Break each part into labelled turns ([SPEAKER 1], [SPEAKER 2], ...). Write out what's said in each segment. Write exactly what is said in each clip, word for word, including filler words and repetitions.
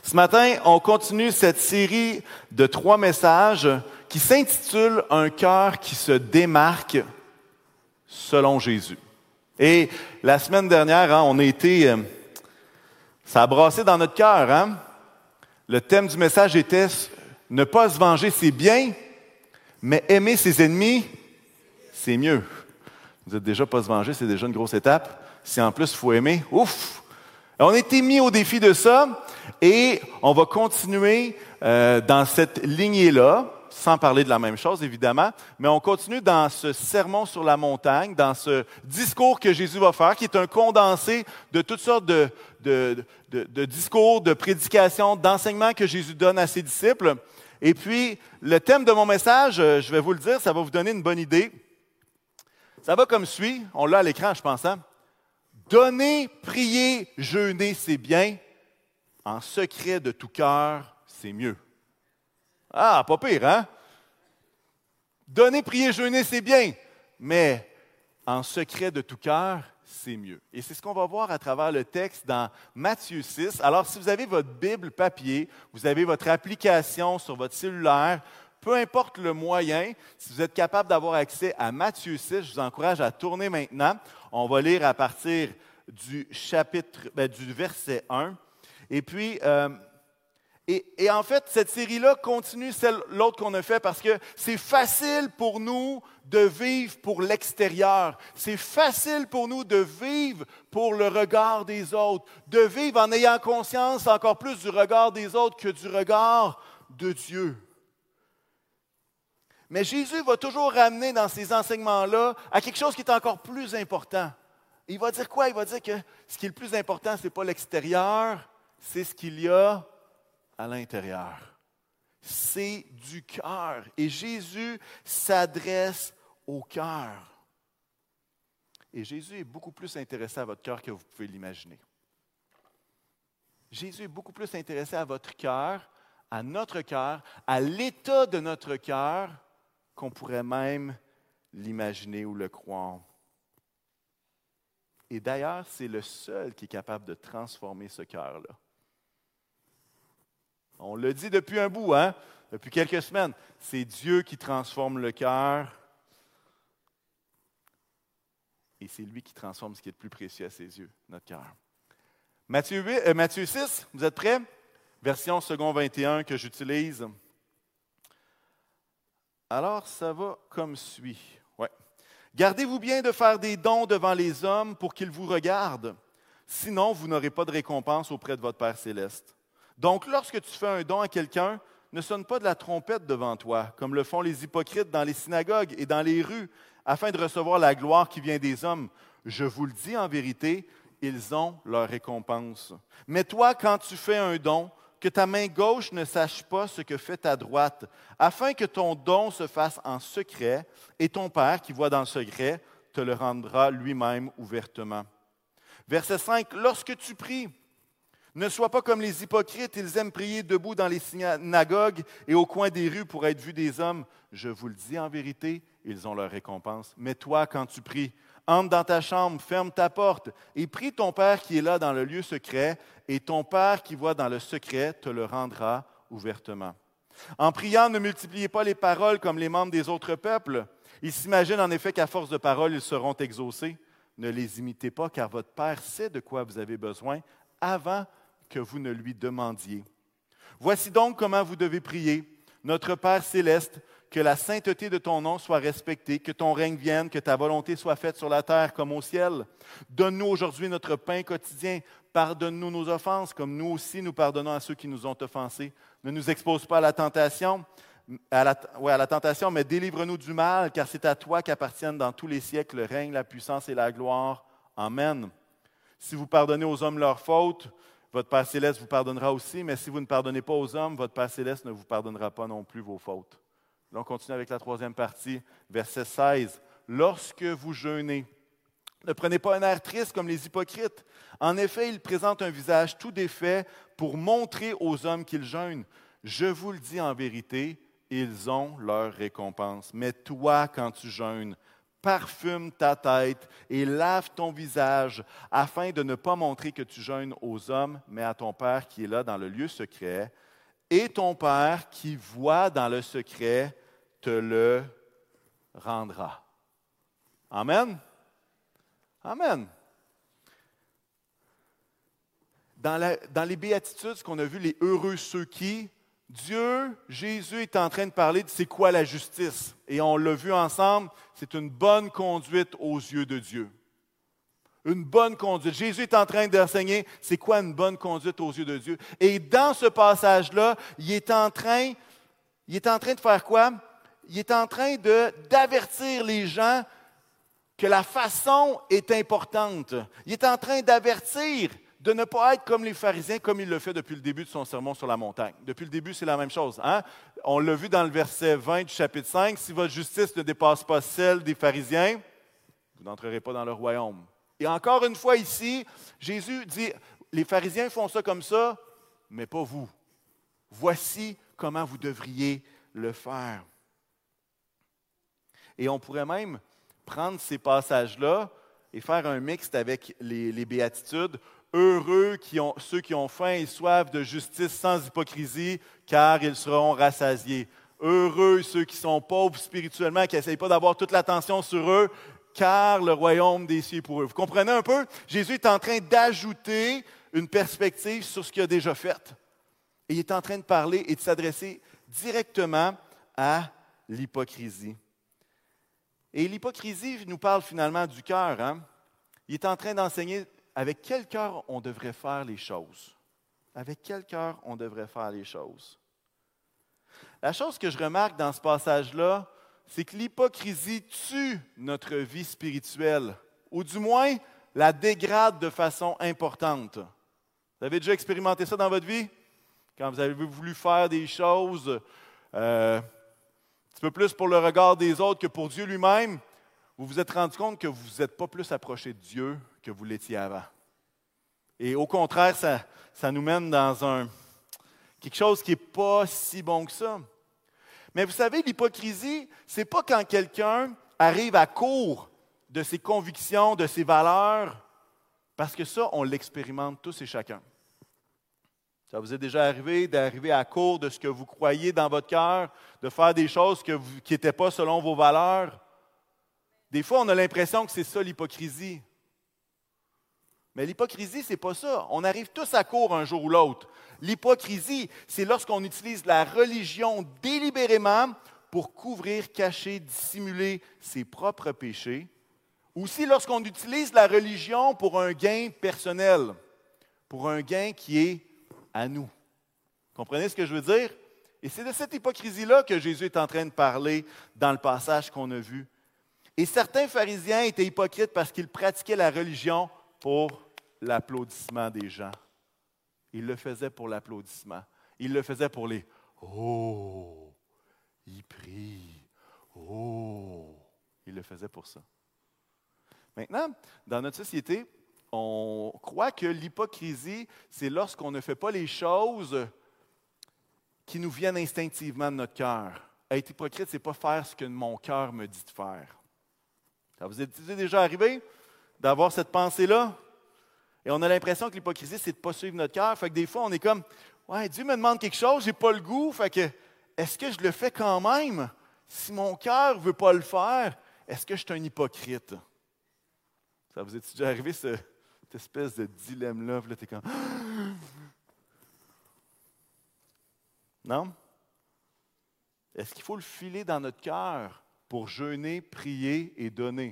[SPEAKER 1] Ce matin, on continue cette série de trois messages qui s'intitule « Un cœur qui se démarque selon Jésus ». Et la semaine dernière, hein, on a été... Euh, ça a brassé dans notre cœur. Hein? Le thème du message était « Ne pas se venger, c'est bien, mais aimer ses ennemis, c'est mieux ». Vous êtes déjà pas se venger, c'est déjà une grosse étape. Si en plus, il faut aimer, ouf! On a été mis au défi de ça et on va continuer euh, dans cette lignée-là, sans parler de la même chose évidemment, mais on continue dans ce sermon sur la montagne, dans ce discours que Jésus va faire, qui est un condensé de toutes sortes de, de, de, de discours, de prédications, d'enseignements que Jésus donne à ses disciples. Et puis, le thème de mon message, je vais vous le dire, ça va vous donner une bonne idée. Ça va comme suit, on l'a à l'écran je pense, hein? Donner, prier, jeûner, c'est bien. En secret de tout cœur, c'est mieux. Ah, pas pire, hein? Donner, prier, jeûner, c'est bien. Mais en secret de tout cœur, c'est mieux. Et c'est ce qu'on va voir à travers le texte dans Matthieu six. Alors, si vous avez votre Bible papier, vous avez votre application sur votre cellulaire, peu importe le moyen, si vous êtes capable d'avoir accès à Matthieu six, je vous encourage à tourner maintenant. On va lire à partir du chapitre, ben, du verset un. Et puis, euh, et, et en fait, cette série-là continue celle, l'autre qu'on a fait parce que c'est facile pour nous de vivre pour l'extérieur. C'est facile pour nous de vivre pour le regard des autres, de vivre en ayant conscience encore plus du regard des autres que du regard de Dieu. Mais Jésus va toujours ramener dans ces enseignements-là à quelque chose qui est encore plus important. Il va dire quoi? Il va dire que ce qui est le plus important, ce n'est pas l'extérieur, c'est ce qu'il y a à l'intérieur. C'est du cœur. Et Jésus s'adresse au cœur. Et Jésus est beaucoup plus intéressé à votre cœur que vous pouvez l'imaginer. Jésus est beaucoup plus intéressé à votre cœur, à notre cœur, à l'état de notre cœur, qu'on pourrait même l'imaginer ou le croire. Et d'ailleurs, c'est le seul qui est capable de transformer ce cœur-là. On le dit depuis un bout, hein? Depuis quelques semaines. C'est Dieu qui transforme le cœur. Et c'est lui qui transforme ce qui est le plus précieux à ses yeux, notre cœur. Matthieu, huit, euh, Matthieu six, vous êtes prêts? Version second vingt et un que j'utilise. Alors, ça va comme suit. Ouais. Gardez-vous bien de faire des dons devant les hommes pour qu'ils vous regardent. Sinon, vous n'aurez pas de récompense auprès de votre Père céleste. Donc, lorsque tu fais un don à quelqu'un, ne sonne pas de la trompette devant toi, comme le font les hypocrites dans les synagogues et dans les rues, afin de recevoir la gloire qui vient des hommes. Je vous le dis en vérité, ils ont leur récompense. Mais toi, quand tu fais un don, que ta main gauche ne sache pas ce que fait ta droite, afin que ton don se fasse en secret, et ton Père, qui voit dans le secret, te le rendra lui-même ouvertement. Verset cinq, lorsque tu pries, ne sois pas comme les hypocrites, ils aiment prier debout dans les synagogues et au coin des rues pour être vus des hommes. Je vous le dis en vérité, ils ont leur récompense. Mais toi, quand tu pries, entre dans ta chambre, ferme ta porte et prie ton Père qui est là dans le lieu secret, et ton Père qui voit dans le secret te le rendra ouvertement. En priant, ne multipliez pas les paroles comme les membres des autres peuples. Ils s'imaginent en effet qu'à force de paroles, ils seront exaucés. Ne les imitez pas, car votre Père sait de quoi vous avez besoin avant que vous ne lui demandiez. Voici donc comment vous devez prier. Notre Père céleste, que la sainteté de ton nom soit respectée, que ton règne vienne, que ta volonté soit faite sur la terre comme au ciel. Donne-nous aujourd'hui notre pain quotidien. Pardonne-nous nos offenses, comme nous aussi nous pardonnons à ceux qui nous ont offensés. Ne nous expose pas à la tentation, à la, ouais, à la tentation, mais délivre-nous du mal, car c'est à toi qu'appartiennent dans tous les siècles le règne, la puissance et la gloire. Amen. Si vous pardonnez aux hommes leurs fautes, votre Père céleste vous pardonnera aussi, mais si vous ne pardonnez pas aux hommes, votre Père céleste ne vous pardonnera pas non plus vos fautes. Là, on continue avec la troisième partie, verset seize. Lorsque vous jeûnez, ne prenez pas un air triste comme les hypocrites. En effet, ils présentent un visage tout défait pour montrer aux hommes qu'ils jeûnent. Je vous le dis en vérité, ils ont leur récompense. Mais toi, quand tu jeûnes, parfume ta tête et lave ton visage, afin de ne pas montrer que tu jeûnes aux hommes, mais à ton Père qui est là dans le lieu secret. Et ton Père qui voit dans le secret te le rendra. Amen. Amen. Dans, la, dans les béatitudes, ce qu'on a vu, les heureux ceux qui, Dieu, Jésus est en train de parler de c'est quoi la justice. Et on l'a vu ensemble, c'est une bonne conduite aux yeux de Dieu. Une bonne conduite. Jésus est en train d'enseigner c'est quoi une bonne conduite aux yeux de Dieu. Et dans ce passage-là, il est en train, il est en train de faire quoi? Il est en train de, d'avertir les gens que la façon est importante. Il est en train d'avertir de ne pas être comme les pharisiens, comme il le fait depuis le début de son sermon sur la montagne. Depuis le début, c'est la même chose. Hein? On l'a vu dans le verset vingt du chapitre cinq, si votre justice ne dépasse pas celle des pharisiens, vous n'entrerez pas dans le royaume. Et encore une fois ici, Jésus dit, les pharisiens font ça comme ça, mais pas vous. Voici comment vous devriez le faire. Et on pourrait même prendre ces passages-là et faire un mixte avec les, les béatitudes. Heureux qui ont, ceux qui ont faim et soif de justice sans hypocrisie, car ils seront rassasiés. Heureux ceux qui sont pauvres spirituellement, qui n'essayent pas d'avoir toute l'attention sur eux, car le royaume des cieux est pour eux. Vous comprenez un peu? Jésus est en train d'ajouter une perspective sur ce qu'il a déjà fait. Et il est en train de parler et de s'adresser directement à l'hypocrisie. Et l'hypocrisie nous parle finalement du cœur. Hein? Il est en train d'enseigner avec quel cœur on devrait faire les choses. Avec quel cœur on devrait faire les choses. La chose que je remarque dans ce passage-là, c'est que l'hypocrisie tue notre vie spirituelle, ou du moins la dégrade de façon importante. Vous avez déjà expérimenté ça dans votre vie? Quand vous avez voulu faire des choses euh, un petit peu plus pour le regard des autres que pour Dieu lui-même, vous vous êtes rendu compte que vous ne vous êtes pas plus approché de Dieu que vous l'étiez avant. Et au contraire, ça, ça nous mène dans un, quelque chose qui n'est pas si bon que ça. Mais vous savez, l'hypocrisie, ce n'est pas quand quelqu'un arrive à court de ses convictions, de ses valeurs, parce que ça, on l'expérimente tous et chacun. Ça vous est déjà arrivé d'arriver à court de ce que vous croyez dans votre cœur, de faire des choses que vous, qui n'étaient pas selon vos valeurs? Des fois, on a l'impression que c'est ça l'hypocrisie. Mais l'hypocrisie, ce n'est pas ça. On arrive tous à court un jour ou l'autre. L'hypocrisie, c'est lorsqu'on utilise la religion délibérément pour couvrir, cacher, dissimuler ses propres péchés. Aussi lorsqu'on utilise la religion pour un gain personnel, pour un gain qui est à nous. Comprenez ce que je veux dire? Et c'est de cette hypocrisie-là que Jésus est en train de parler dans le passage qu'on a vu. Et certains pharisiens étaient hypocrites parce qu'ils pratiquaient la religion pour l'applaudissement des gens. Ils le faisaient pour l'applaudissement. Ils le faisaient pour les « Oh! » Ils prient. « Oh! » Ils le faisaient pour ça. Maintenant, dans notre société, on croit que l'hypocrisie, c'est lorsqu'on ne fait pas les choses qui nous viennent instinctivement de notre cœur. Être hypocrite, ce n'est pas faire ce que mon cœur me dit de faire. Ça vous est déjà arrivé d'avoir cette pensée-là? Et on a l'impression que l'hypocrisie, c'est de ne pas suivre notre cœur. Fait que des fois, on est comme, ouais, Dieu me demande quelque chose, je n'ai pas le goût. Fait que, est-ce que je le fais quand même? Si mon cœur ne veut pas le faire, est-ce que je suis un hypocrite? Ça vous est déjà arrivé, ce, cette espèce de dilemme-là? Là, tu es comme, non? Est-ce qu'il faut le filer dans notre cœur pour jeûner, prier et donner?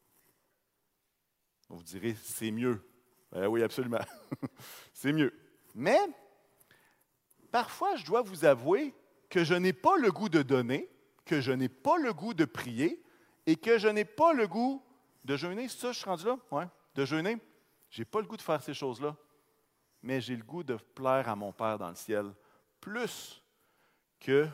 [SPEAKER 1] Vous direz, c'est mieux. Euh, oui, absolument. C'est mieux. Mais, parfois, je dois vous avouer que je n'ai pas le goût de donner, que je n'ai pas le goût de prier et que je n'ai pas le goût de jeûner. C'est ça, je suis rendu là? Oui, de jeûner. Je n'ai pas le goût de faire ces choses-là. Mais j'ai le goût de plaire à mon Père dans le ciel plus que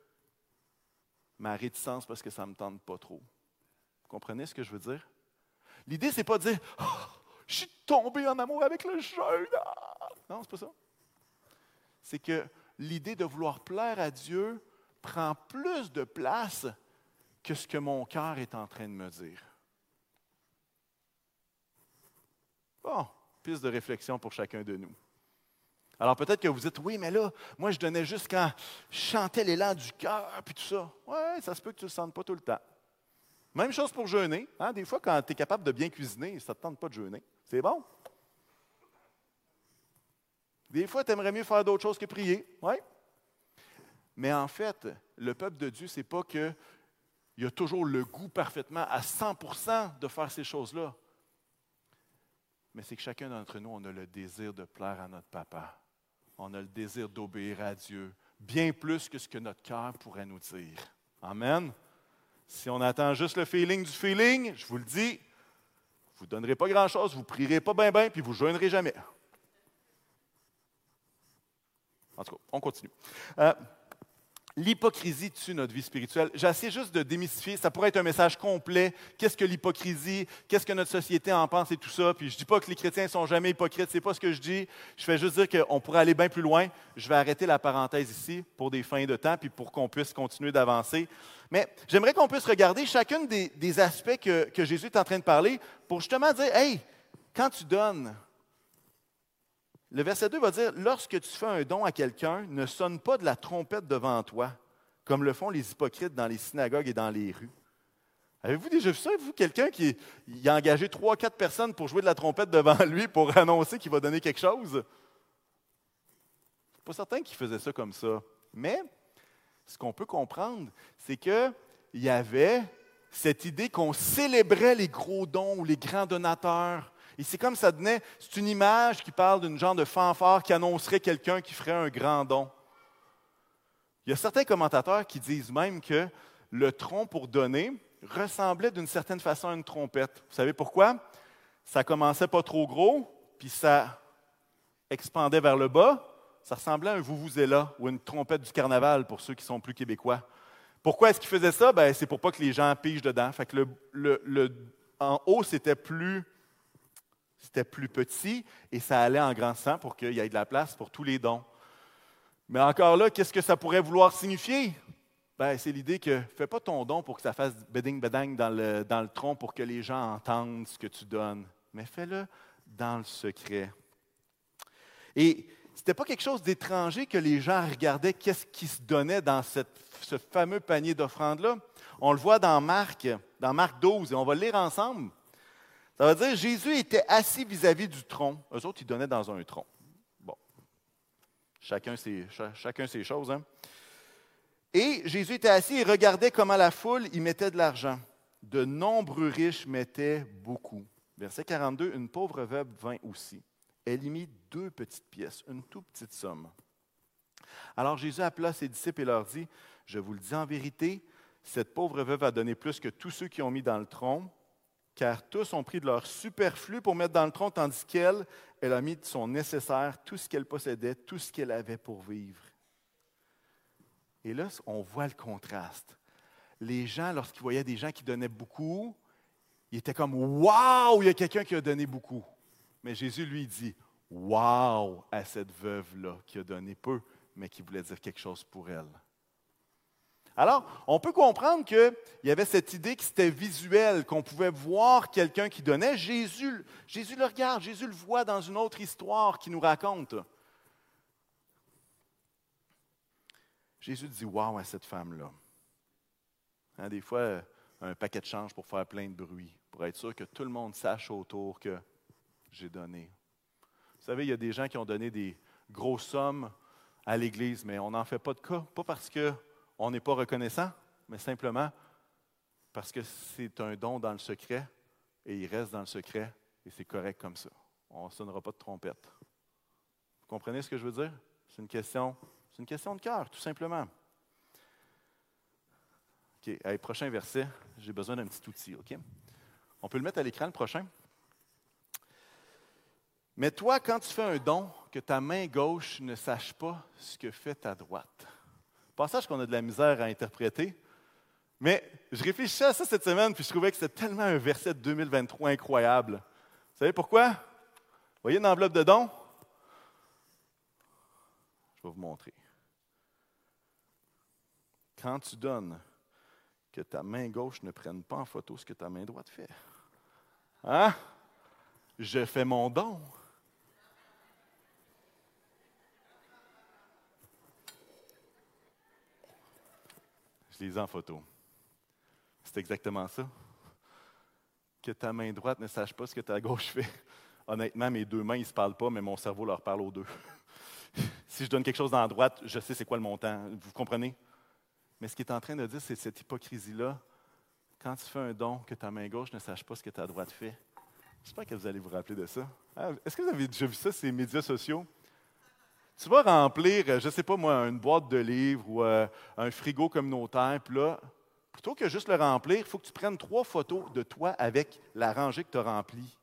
[SPEAKER 1] ma réticence parce que ça ne me tente pas trop. Vous comprenez ce que je veux dire? L'idée, ce n'est pas de dire oh, « Je suis tombé en amour avec le jeûne! Ah! » Non, c'est pas ça. C'est que l'idée de vouloir plaire à Dieu prend plus de place que ce que mon cœur est en train de me dire. Bon, piste de réflexion pour chacun de nous. Alors peut-être que vous dites, oui, mais là, moi je donnais juste quand je chantais l'élan du cœur, puis tout ça. Oui, ça se peut que tu ne le sentes pas tout le temps. Même chose pour jeûner. Hein? Des fois, quand tu es capable de bien cuisiner, ça ne te tente pas de jeûner. C'est bon. Des fois, tu aimerais mieux faire d'autres choses que prier. Oui. Mais en fait, le peuple de Dieu, ce n'est pas qu'il a toujours le goût parfaitement à cent pour cent de faire ces choses-là. Mais c'est que chacun d'entre nous, on a le désir de plaire à notre papa. On a le désir d'obéir à Dieu, bien plus que ce que notre cœur pourrait nous dire. Amen. Si on attend juste le feeling du feeling, je vous le dis, vous ne donnerez pas grand-chose, vous ne prierez pas bien bien, puis vous ne jeûnerez jamais. En tout cas, on continue. Euh, L'hypocrisie tue notre vie spirituelle. J'essaie juste de démystifier. Ça pourrait être un message complet. Qu'est-ce que l'hypocrisie? Qu'est-ce que notre société en pense et tout ça? Puis je ne dis pas que les chrétiens ne sont jamais hypocrites. Ce n'est pas ce que je dis. Je fais juste dire qu'on pourrait aller bien plus loin. Je vais arrêter la parenthèse ici pour des fins de temps puis pour qu'on puisse continuer d'avancer. Mais j'aimerais qu'on puisse regarder chacun des, des aspects que, que Jésus est en train de parler pour justement dire, « Hey, quand tu donnes... » Le verset deux va dire, « Lorsque tu fais un don à quelqu'un, ne sonne pas de la trompette devant toi, comme le font les hypocrites dans les synagogues et dans les rues. » Avez-vous déjà vu ça, vous, quelqu'un qui il a engagé trois, quatre personnes pour jouer de la trompette devant lui pour annoncer qu'il va donner quelque chose? Je ne suis pas certain qu'il faisait ça comme ça. Mais ce qu'on peut comprendre, c'est qu'il y avait cette idée qu'on célébrait les gros dons ou les grands donateurs. Et c'est comme ça donnait, c'est une image qui parle d'une genre de fanfare qui annoncerait quelqu'un qui ferait un grand don. Il y a certains commentateurs qui disent même que le tronc pour donner ressemblait d'une certaine façon à une trompette. Vous savez pourquoi? Ça commençait pas trop gros, puis ça expandait vers le bas. Ça ressemblait à un vuvuzela ou une trompette du carnaval pour ceux qui sont plus québécois. Pourquoi est-ce qu'ils faisaient ça? Ben, c'est pour pas que les gens pigent dedans. Fait que le, le, le, en haut, c'était plus... C'était plus petit et ça allait en grandissant pour qu'il y ait de la place pour tous les dons. Mais encore là, qu'est-ce que ça pourrait vouloir signifier? Ben, c'est l'idée que fais pas ton don pour que ça fasse beding-bedang dans le, dans le tronc pour que les gens entendent ce que tu donnes, mais fais-le dans le secret. Et ce n'était pas quelque chose d'étranger que les gens regardaient qu'est-ce qui se donnait dans cette, ce fameux panier d'offrandes-là. On le voit dans Marc, dans Marc douze, et on va le lire ensemble. Ça veut dire Jésus était assis vis-à-vis du tronc. Eux autres, ils donnaient dans un tronc. Bon. Chacun ses, chacun ses choses. Hein? Et Jésus était assis et regardait comment la foule y mettait de l'argent. De nombreux riches mettaient beaucoup. Verset quarante-deux, une pauvre veuve vint aussi. Elle y mit deux petites pièces, une toute petite somme. Alors Jésus appela ses disciples et leur dit, « Je vous le dis en vérité, cette pauvre veuve a donné plus que tous ceux qui ont mis dans le tronc, car tous ont pris de leur superflu pour mettre dans le tronc, tandis qu'elle, elle a mis de son nécessaire, tout ce qu'elle possédait, tout ce qu'elle avait pour vivre. » Et là, on voit le contraste. Les gens, lorsqu'ils voyaient des gens qui donnaient beaucoup, ils étaient comme « Wow, il y a quelqu'un qui a donné beaucoup !» Mais Jésus lui dit « Wow à cette veuve-là qui a donné peu, mais qui voulait dire quelque chose pour elle. » Alors, on peut comprendre qu'il y avait cette idée que c'était visuel, qu'on pouvait voir quelqu'un qui donnait. Jésus, Jésus le regarde, Jésus le voit dans une autre histoire qu'il nous raconte. Jésus dit « Wow » à cette femme-là. Hein, des fois, un paquet de change pour faire plein de bruit, pour être sûr que tout le monde sache autour que j'ai donné. Vous savez, il y a des gens qui ont donné des grosses sommes à l'Église, mais on n'en fait pas de cas, pas parce que on n'est pas reconnaissant, mais simplement parce que c'est un don dans le secret et il reste dans le secret et c'est correct comme ça. On ne sonnera pas de trompette. Vous comprenez ce que je veux dire? C'est une question, c'est une question de cœur, tout simplement. OK, allez, prochain verset. J'ai besoin d'un petit outil, OK? On peut le mettre à l'écran, le prochain. Mais toi, quand tu fais un don, que ta main gauche ne sache pas ce que fait ta droite. Passage qu'on a de la misère à interpréter, mais je réfléchissais à ça cette semaine, puis je trouvais que c'était tellement un verset de deux mille vingt-trois incroyable. Vous savez pourquoi? Vous voyez une enveloppe de dons? Je vais vous montrer. Quand tu donnes, que ta main gauche ne prenne pas en photo ce que ta main droite fait. Hein? je fais mon don. Je les ai en photo. C'est exactement ça. Que ta main droite ne sache pas ce que ta gauche fait. Honnêtement, mes deux mains, ils ne se parlent pas, mais mon cerveau leur parle aux deux. Si je donne quelque chose dans la droite, je sais c'est quoi le montant. Vous comprenez? Mais ce qu'il est en train de dire, c'est cette hypocrisie-là. Quand tu fais un don, que ta main gauche ne sache pas ce que ta droite fait. J'espère que vous allez vous rappeler de ça. Ah, est-ce que vous avez déjà vu ça, ces médias sociaux? Tu vas remplir, je ne sais pas moi, une boîte de livres ou euh, un frigo communautaire, puis là, plutôt que juste le remplir, il faut que tu prennes trois photos de toi avec la rangée que tu as remplie.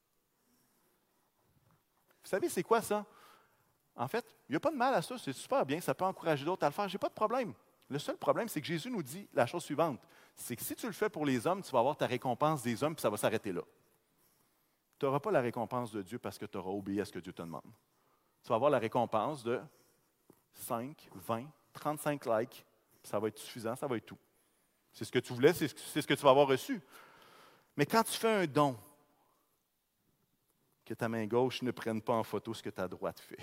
[SPEAKER 1] Vous savez, c'est quoi ça? En fait, il n'y a pas de mal à ça, c'est super bien, ça peut encourager d'autres à le faire, je n'ai pas de problème. Le seul problème, c'est que Jésus nous dit la chose suivante, c'est que si tu le fais pour les hommes, tu vas avoir ta récompense des hommes, puis ça va s'arrêter là. Tu n'auras pas la récompense de Dieu parce que tu auras obéi à ce que Dieu te demande. Tu vas avoir la récompense de cinq, vingt, trente-cinq likes, puis ça va être suffisant, ça va être tout. C'est ce que tu voulais, c'est ce que tu vas avoir reçu. Mais quand tu fais un don, que ta main gauche ne prenne pas en photo ce que ta droite fait.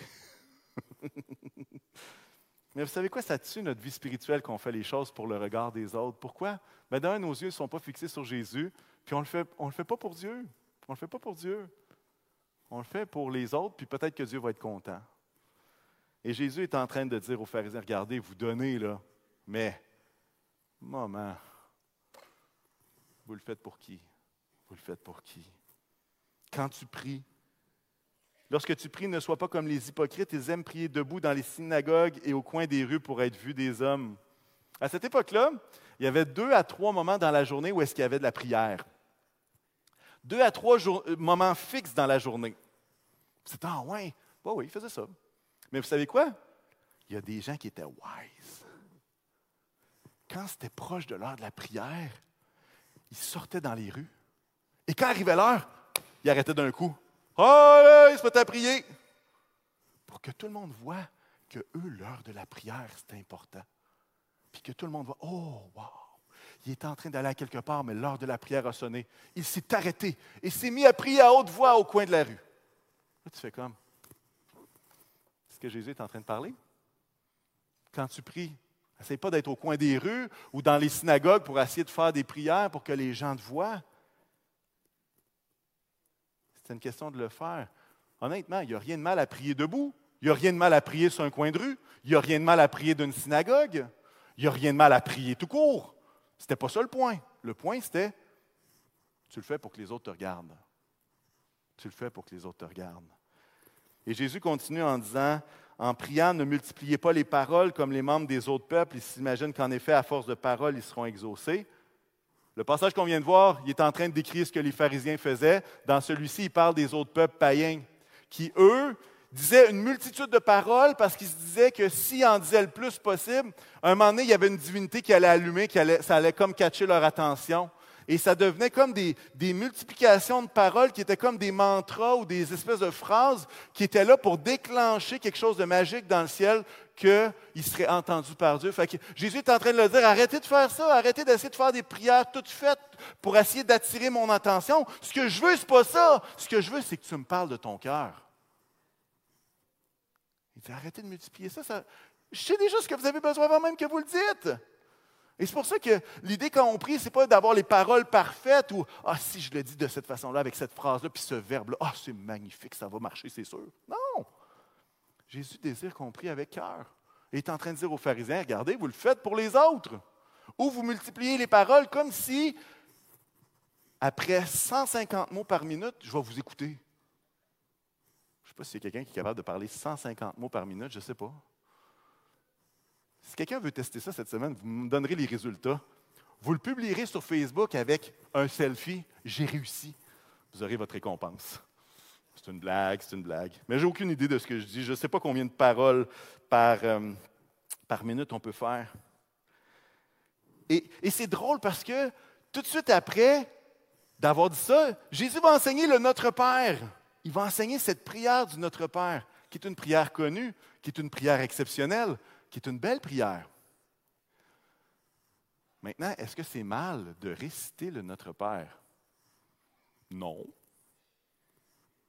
[SPEAKER 1] Mais vous savez quoi, ça tue notre vie spirituelle qu'on fait les choses pour le regard des autres. Pourquoi? Bien, d'un, nos yeux ne sont pas fixés sur Jésus, puis on ne le fait, on le fait pas pour Dieu. On ne le fait pas pour Dieu. On le fait pour les autres, puis peut-être que Dieu va être content. Et Jésus est en train de dire aux pharisiens, regardez, vous donnez, là, mais, maman, vous le faites pour qui? Vous le faites pour qui? Quand tu pries, lorsque tu pries, ne sois pas comme les hypocrites, ils aiment prier debout dans les synagogues et au coin des rues pour être vus des hommes. À cette époque-là, il y avait deux à trois moments dans la journée où est-ce qu'il y avait de la prière. Deux à trois jour- moments fixes dans la journée. C'était ah ouais, bah oui, il faisait ça. Mais vous savez quoi? Il y a des gens qui étaient wise. Quand c'était proche de l'heure de la prière, ils sortaient dans les rues. Et quand arrivait l'heure, ils arrêtaient d'un coup. Oh, il se mettait à prier. Pour que tout le monde voie que eux, l'heure de la prière, c'est important. Puis que tout le monde voit, oh, wow, il est en train d'aller à quelque part, mais l'heure de la prière a sonné. Il s'est arrêté et s'est mis à prier à haute voix au coin de la rue. Là, tu fais comme, est-ce que Jésus est en train de parler? Quand tu pries, essaye pas d'être au coin des rues ou dans les synagogues pour essayer de faire des prières pour que les gens te voient. C'est une question de le faire. Honnêtement, il n'y a rien de mal à prier debout. Il n'y a rien de mal à prier sur un coin de rue. Il n'y a rien de mal à prier d'une synagogue. Il n'y a rien de mal à prier tout court. Ce n'était pas ça le point. Le point, c'était, tu le fais pour que les autres te regardent. Tu le fais pour que les autres te regardent. Et Jésus continue en disant, en priant, ne multipliez pas les paroles comme les membres des autres peuples. Ils s'imaginent qu'en effet, à force de paroles, ils seront exaucés. Le passage qu'on vient de voir, il est en train de décrire ce que les pharisiens faisaient. Dans celui-ci, il parle des autres peuples païens qui, eux, disaient une multitude de paroles parce qu'ils se disaient que s'ils en disaient le plus possible, à un moment donné, il y avait une divinité qui allait allumer, qui allait, ça allait comme catcher leur attention. Et ça devenait comme des, des multiplications de paroles qui étaient comme des mantras ou des espèces de phrases qui étaient là pour déclencher quelque chose de magique dans le ciel qu'il serait entendu par Dieu. Fait que Jésus est en train de le dire, arrêtez de faire ça, arrêtez d'essayer de faire des prières toutes faites pour essayer d'attirer mon attention. Ce que je veux, ce n'est pas ça. Ce que je veux, c'est que tu me parles de ton cœur. Il dit, arrêtez de multiplier ça, ça. Je sais déjà ce que vous avez besoin avant même que vous le dites. Et c'est pour ça que l'idée quand on prie, ce n'est pas d'avoir les paroles parfaites ou « Ah, si je le dis de cette façon-là, avec cette phrase-là, puis ce verbe-là, ah, c'est magnifique, ça va marcher, c'est sûr. » Non! Jésus désire qu'on prie avec cœur. Il est en train de dire aux pharisiens, regardez, vous le faites pour les autres. Ou vous multipliez les paroles comme si, après cent cinquante mots par minute, je vais vous écouter. Je ne sais pas s'il y a quelqu'un qui est capable de parler cent cinquante mots par minute, je ne sais pas. Si quelqu'un veut tester ça cette semaine, vous me donnerez les résultats. Vous le publierez sur Facebook avec un selfie. J'ai réussi. Vous aurez votre récompense. C'est une blague, c'est une blague. Mais je n'ai aucune idée de ce que je dis. Je ne sais pas combien de paroles par, euh, par minute on peut faire. Et, et c'est drôle parce que tout de suite après d'avoir dit ça, Jésus va enseigner le Notre Père. Il va enseigner cette prière du Notre Père, qui est une prière connue, qui est une prière exceptionnelle, qui est une belle prière. Maintenant, est-ce que c'est mal de réciter le Notre Père? Non.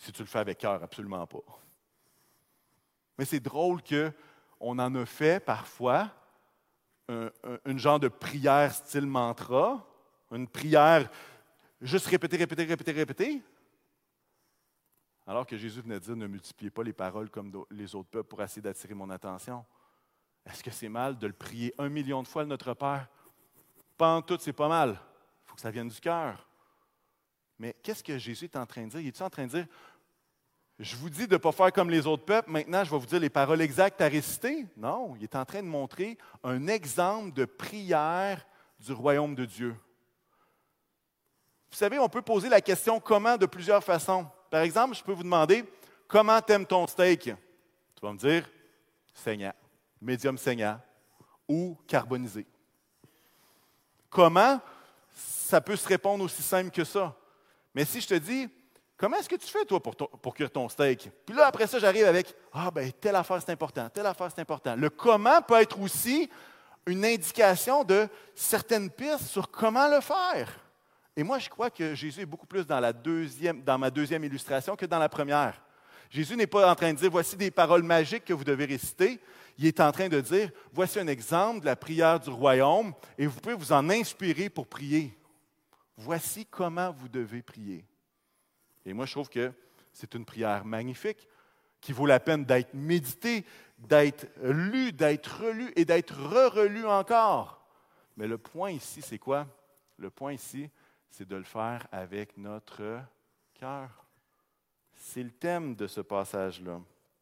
[SPEAKER 1] Si tu le fais avec cœur, absolument pas. Mais c'est drôle qu'on en a fait parfois un, un, une genre de prière style mantra, une prière juste répéter, répéter, répéter, répéter. Alors que Jésus venait de dire, ne multipliez pas les paroles comme les autres peuples pour essayer d'attirer mon attention. Est-ce que c'est mal de le prier un million de fois le Notre Père? Pas en tout, c'est pas mal. Il faut que ça vienne du cœur. Mais qu'est-ce que Jésus est en train de dire? Il est en train de dire, je vous dis de ne pas faire comme les autres peuples, maintenant je vais vous dire les paroles exactes à réciter? Non, il est en train de montrer un exemple de prière du royaume de Dieu. Vous savez, on peut poser la question comment de plusieurs façons. Par exemple, je peux vous demander, comment t'aimes ton steak? Tu vas me dire, saignant, médium saignant ou carbonisé. Comment? Ça peut se répondre aussi simple que ça. Mais si je te dis, comment est-ce que tu fais, toi, pour, ton, pour cuire ton steak? Puis là, après ça, j'arrive avec, ah, ben telle affaire, c'est important, telle affaire, c'est important. Le comment peut être aussi une indication de certaines pistes sur comment le faire. Et moi, je crois que Jésus est beaucoup plus dans, la deuxième, dans ma deuxième illustration que dans la première. Jésus n'est pas en train de dire, voici des paroles magiques que vous devez réciter. Il est en train de dire, voici un exemple de la prière du royaume et vous pouvez vous en inspirer pour prier. Voici comment vous devez prier. Et moi, je trouve que c'est une prière magnifique qui vaut la peine d'être méditée, d'être lue, d'être relue et d'être re-relue encore. Mais le point ici, c'est quoi? Le point ici, c'est de le faire avec notre cœur. C'est le thème de ce passage-là.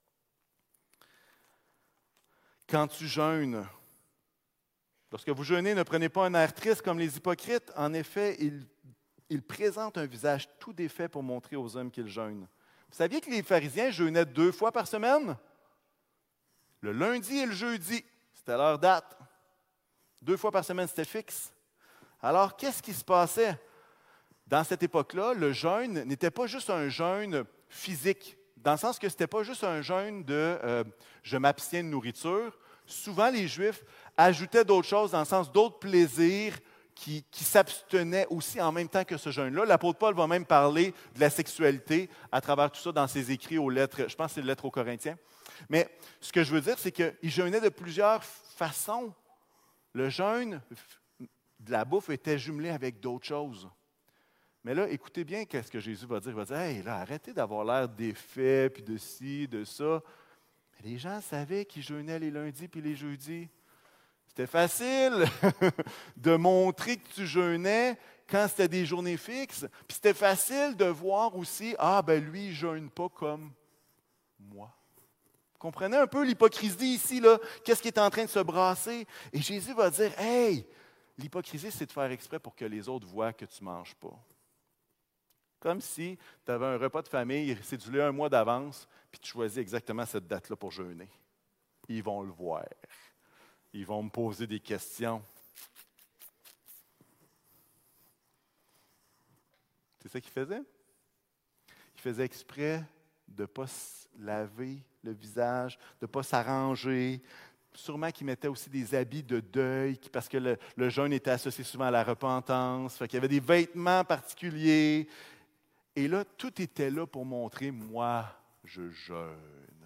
[SPEAKER 1] Quand tu jeûnes, lorsque vous jeûnez, ne prenez pas un air triste comme les hypocrites. En effet, ils, ils présentent un visage tout défait pour montrer aux hommes qu'ils jeûnent. Vous saviez que les pharisiens jeûnaient deux fois par semaine? Le lundi et le jeudi, c'était leur date. Deux fois par semaine, c'était fixe. Alors, qu'est-ce qui se passait? Dans cette époque-là, le jeûne n'était pas juste un jeûne physique, dans le sens que ce n'était pas juste un jeûne de euh, « je m'abstiens de nourriture ». Souvent, les Juifs ajoutaient d'autres choses, dans le sens d'autres plaisirs qui, qui s'abstenaient aussi en même temps que ce jeûne-là. L'apôtre Paul va même parler de la sexualité à travers tout ça dans ses écrits aux lettres, je pense que c'est les lettres aux Corinthiens. Mais ce que je veux dire, c'est qu'il jeûnait de plusieurs façons. Le jeûne de la bouffe était jumelé avec d'autres choses. Mais là, écoutez bien ce que Jésus va dire. Il va dire, « Hey, là, arrêtez d'avoir l'air défait, puis de ci, de ça. » Mais les gens savaient qu'ils jeûnaient les lundis puis les jeudis. C'était facile de montrer que tu jeûnais quand c'était des journées fixes. Puis c'était facile de voir aussi, « Ah, ben lui, il ne jeûne pas comme moi. » Vous comprenez un peu l'hypocrisie ici, là? Qu'est-ce qui est en train de se brasser? Et Jésus va dire, « Hey, l'hypocrisie, c'est de faire exprès pour que les autres voient que tu ne manges pas. » Comme si tu avais un repas de famille cédulé un mois d'avance, puis tu choisis exactement cette date-là pour jeûner. Ils vont le voir. Ils vont me poser des questions. C'est ça qu'il faisait? Il faisait exprès de ne pas se laver le visage, de ne pas s'arranger. Sûrement qu'il mettait aussi des habits de deuil, parce que le, le jeûne était associé souvent à la repentance. Fait qu'il y avait des vêtements particuliers. Et là, tout était là pour montrer, moi, je jeûne.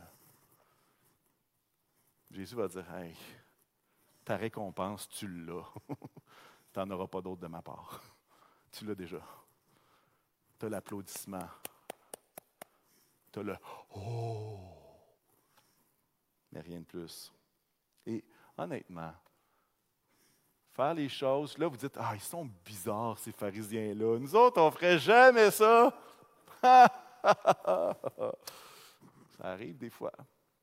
[SPEAKER 1] Jésus va dire, hey, ta récompense, tu l'as. Tu n'en auras pas d'autre de ma part. Tu l'as déjà. Tu as l'applaudissement. Tu as le oh. Mais rien de plus. Et honnêtement, faire les choses, là, vous dites, ah, ils sont bizarres, ces pharisiens-là. Nous autres, on ne ferait jamais ça. Ça arrive des fois.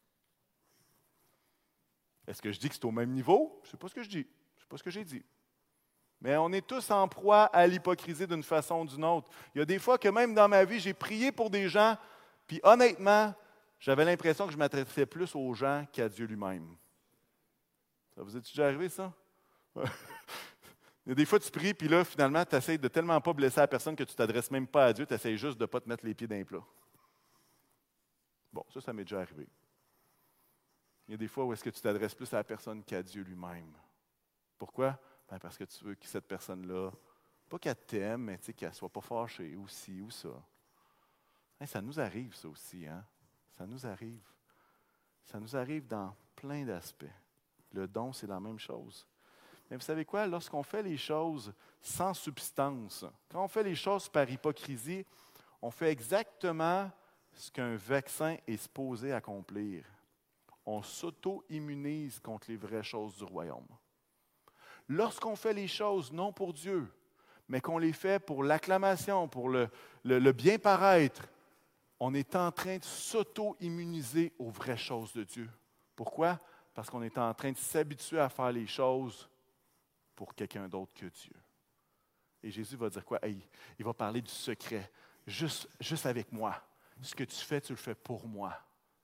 [SPEAKER 1] Est-ce que je dis que c'est au même niveau? Je ne sais pas ce que je dis. Je ne sais pas ce que j'ai dit. Mais on est tous en proie à l'hypocrisie d'une façon ou d'une autre. Il y a des fois que même dans ma vie, j'ai prié pour des gens, puis honnêtement, j'avais l'impression que je m'adressais plus aux gens qu'à Dieu lui-même. Ça vous est déjà arrivé, ça? Il y a des fois, tu pries, puis là, finalement, tu essaies de tellement pas blesser la personne que tu ne t'adresses même pas à Dieu, tu essaies juste de ne pas te mettre les pieds dans les plats. Bon, ça, ça m'est déjà arrivé. Il y a des fois où est-ce que tu t'adresses plus à la personne qu'à Dieu lui-même. Pourquoi? Ben parce que tu veux que cette personne-là, pas qu'elle t'aime, mais qu'elle ne soit pas fâchée, ou ci, ou ça. Hey, ça nous arrive, ça aussi, hein? Ça nous arrive. Ça nous arrive dans plein d'aspects. Le don, c'est la même chose. Mais vous savez quoi? Lorsqu'on fait les choses sans substance, quand on fait les choses par hypocrisie, on fait exactement ce qu'un vaccin est supposé accomplir. On s'auto-immunise contre les vraies choses du royaume. Lorsqu'on fait les choses non pour Dieu, mais qu'on les fait pour l'acclamation, pour le, le, le bien paraître, on est en train de s'auto-immuniser aux vraies choses de Dieu. Pourquoi? Parce qu'on est en train de s'habituer à faire les choses pour quelqu'un d'autre que Dieu. Et Jésus va dire quoi? Hey, il va parler du secret. Juste, juste avec moi. Ce que tu fais, tu le fais pour moi.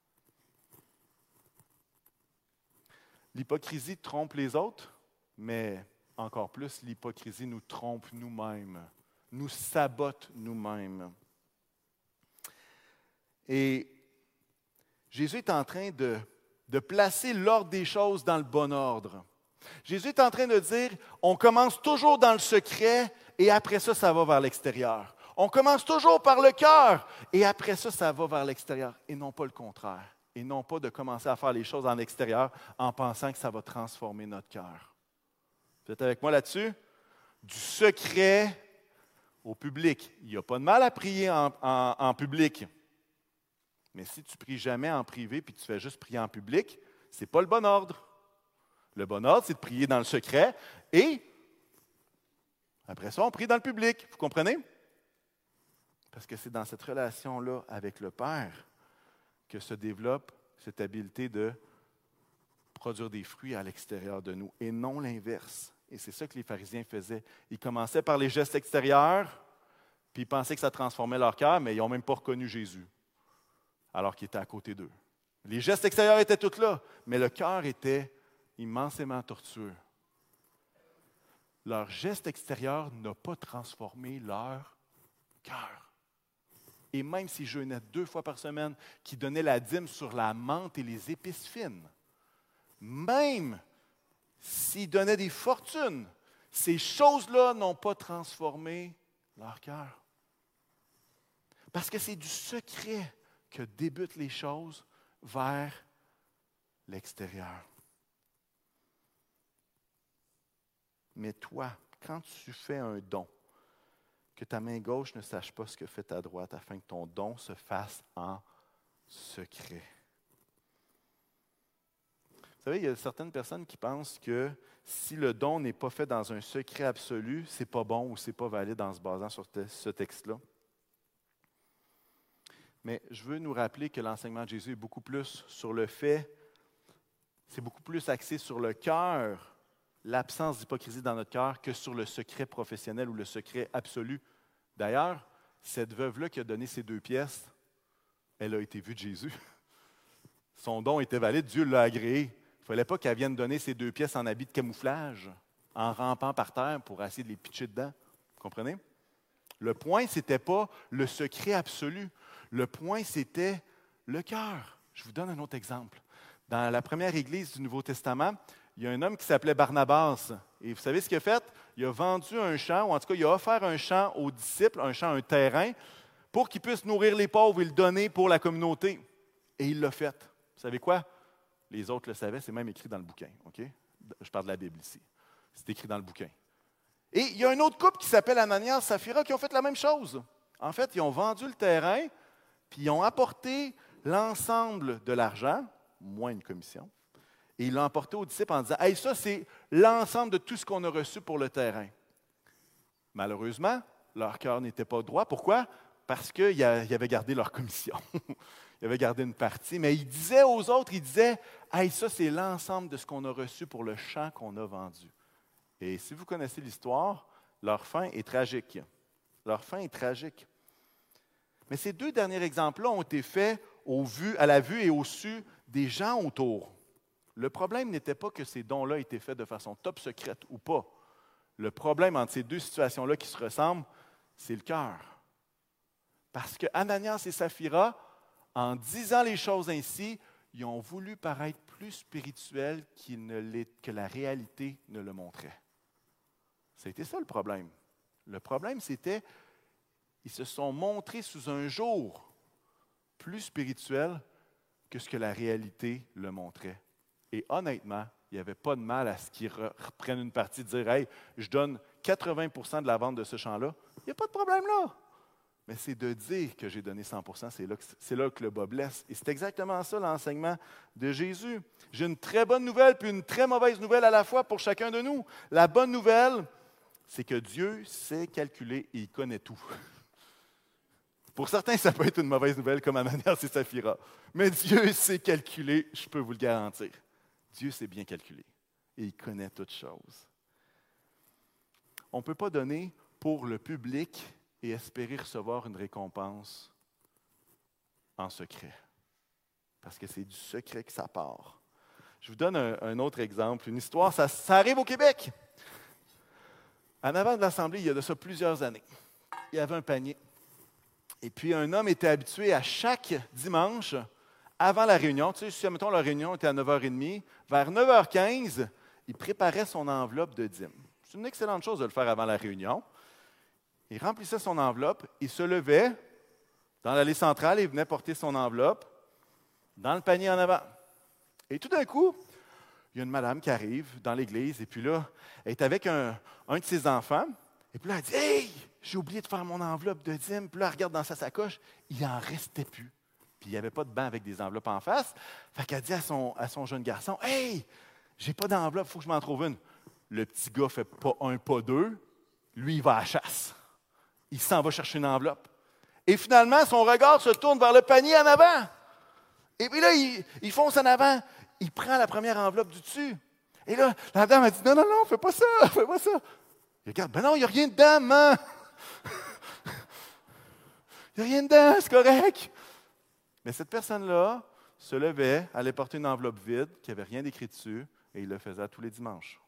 [SPEAKER 1] L'hypocrisie trompe les autres, mais encore plus, l'hypocrisie nous trompe nous-mêmes, nous sabote nous-mêmes. Et Jésus est en train de, de placer l'ordre des choses dans le bon ordre. Jésus est en train de dire, on commence toujours dans le secret et après ça, ça va vers l'extérieur. On commence toujours par le cœur et après ça, ça va vers l'extérieur et non pas le contraire. Et non pas de commencer à faire les choses en extérieur en pensant que ça va transformer notre cœur. Vous êtes avec moi là-dessus? Du secret au public. Il n'y a pas de mal à prier en, en, en public. Mais si tu ne pries jamais en privé puis tu fais juste prier en public, ce n'est pas le bon ordre. Le bon ordre, c'est de prier dans le secret et après ça, on prie dans le public. Vous comprenez? Parce que c'est dans cette relation-là avec le Père que se développe cette habileté de produire des fruits à l'extérieur de nous et non l'inverse. Et c'est ça que les pharisiens faisaient. Ils commençaient par les gestes extérieurs, puis ils pensaient que ça transformait leur cœur, mais ils n'ont même pas reconnu Jésus, alors qu'il était à côté d'eux. Les gestes extérieurs étaient tous là, mais le cœur était immensément tortueux. Leur geste extérieur n'a pas transformé leur cœur. Et même s'ils jeûnaient deux fois par semaine, qui donnaient la dîme sur la menthe et les épices fines, même s'ils donnaient des fortunes, ces choses-là n'ont pas transformé leur cœur. Parce que c'est du secret que débutent les choses vers l'extérieur. Mais toi, quand tu fais un don, que ta main gauche ne sache pas ce que fait ta droite, afin que ton don se fasse en secret. Vous savez, il y a certaines personnes qui pensent que si le don n'est pas fait dans un secret absolu, ce n'est pas bon ou ce n'est pas valide en se basant sur ce texte-là. Mais je veux nous rappeler que l'enseignement de Jésus est beaucoup plus sur le fait, c'est beaucoup plus axé sur le cœur, l'absence d'hypocrisie dans notre cœur, que sur le secret professionnel ou le secret absolu. D'ailleurs, cette veuve-là qui a donné ces deux pièces, elle a été vue de Jésus. Son don était valide, Dieu l'a agréé. Il ne fallait pas qu'elle vienne donner ces deux pièces en habit de camouflage, en rampant par terre pour essayer de les pitcher dedans. Vous comprenez? Le point, ce n'était pas le secret absolu. Le point, c'était le cœur. Je vous donne un autre exemple. Dans la première église du Nouveau Testament, il y a un homme qui s'appelait Barnabas. Et vous savez ce qu'il a fait? Il a vendu un champ, ou en tout cas, il a offert un champ aux disciples, un champ, un terrain, pour qu'ils puissent nourrir les pauvres et le donner pour la communauté. Et il l'a fait. Vous savez quoi? Les autres le savaient, c'est même écrit dans le bouquin. Okay? Je parle de la Bible ici. C'est écrit dans le bouquin. Et il y a un autre couple qui s'appelle Ananias et Saphira qui ont fait la même chose. En fait, ils ont vendu le terrain, puis ils ont apporté l'ensemble de l'argent, moins une commission, et ils l'ont apporté aux disciples en disant « Hey, ça, c'est l'ensemble de tout ce qu'on a reçu pour le terrain. » Malheureusement, leur cœur n'était pas droit. Pourquoi? Parce qu'ils avaient gardé leur commission. Ils avaient gardé une partie. Mais ils disaient aux autres, ils disaient « Hey, ça, c'est l'ensemble de ce qu'on a reçu pour le champ qu'on a vendu. » Et si vous connaissez l'histoire, leur fin est tragique. Leur fin est tragique. Mais ces deux derniers exemples-là ont été faits au vu, à la vue et au su des gens autour. Le problème n'était pas que ces dons-là étaient faits de façon top secrète ou pas. Le problème entre ces deux situations-là qui se ressemblent, c'est le cœur. Parce que Ananias et Saphira, en disant les choses ainsi, ils ont voulu paraître plus spirituels qu'ils ne l'est- que la réalité ne le montrait. C'était ça le problème. Le problème, c'était, ils se sont montrés sous un jour plus spirituel que ce que la réalité le montrait. Et honnêtement, il n'y avait pas de mal à ce qu'ils reprennent une partie, de dire « Hey, je donne quatre-vingts pour cent de la vente de ce champ-là. » Il n'y a pas de problème là. Mais c'est de dire que j'ai donné cent pour cent, c'est là que, c'est là que le bas blesse. Et c'est exactement ça l'enseignement de Jésus. J'ai une très bonne nouvelle puis une très mauvaise nouvelle à la fois pour chacun de nous. La bonne nouvelle, c'est que Dieu sait calculer et il connaît tout. Pour certains, ça peut être une mauvaise nouvelle comme Ananias et Saphira. Mais Dieu sait calculer, je peux vous le garantir. Dieu sait bien calculer et il connaît toutes choses. On ne peut pas donner pour le public et espérer recevoir une récompense en secret. Parce que c'est du secret que ça part. Je vous donne un, un autre exemple, une histoire, ça, ça arrive au Québec. En avant de l'Assemblée, il y a de ça plusieurs années, il y avait un panier. Et puis un homme était habitué à chaque dimanche, avant la réunion, tu sais, si mettons la réunion était à neuf heures trente, vers neuf heures quinze, il préparait son enveloppe de dîmes. C'est une excellente chose de le faire avant la réunion. Il remplissait son enveloppe, il se levait dans l'allée centrale et il venait porter son enveloppe dans le panier en avant. Et tout d'un coup, il y a une madame qui arrive dans l'église et puis là, elle est avec un, un de ses enfants. Et puis là, elle dit « Hey, j'ai oublié de faire mon enveloppe de dîmes. » Puis là, elle regarde dans sa sacoche, il n'en restait plus. Puis il n'y avait pas de banc avec des enveloppes en face. Fait qu'elle dit à son, à son jeune garçon « Hey, j'ai pas d'enveloppe, il faut que je m'en trouve une. » Le petit gars ne fait pas un, pas deux. Lui, il va à la chasse. Il s'en va chercher une enveloppe. Et finalement, son regard se tourne vers le panier en avant. Et puis là, il, il fonce en avant. Il prend la première enveloppe du dessus. Et là, la dame a dit « Non, non, non, fais pas ça, fais pas ça. » Il regarde, « Ben non, il n'y a rien dedans, maman. Il n'y a rien dedans, c'est correct. » Mais cette personne-là se levait, allait porter une enveloppe vide, qui n'avait rien d'écrit dessus, et il le faisait tous les dimanches.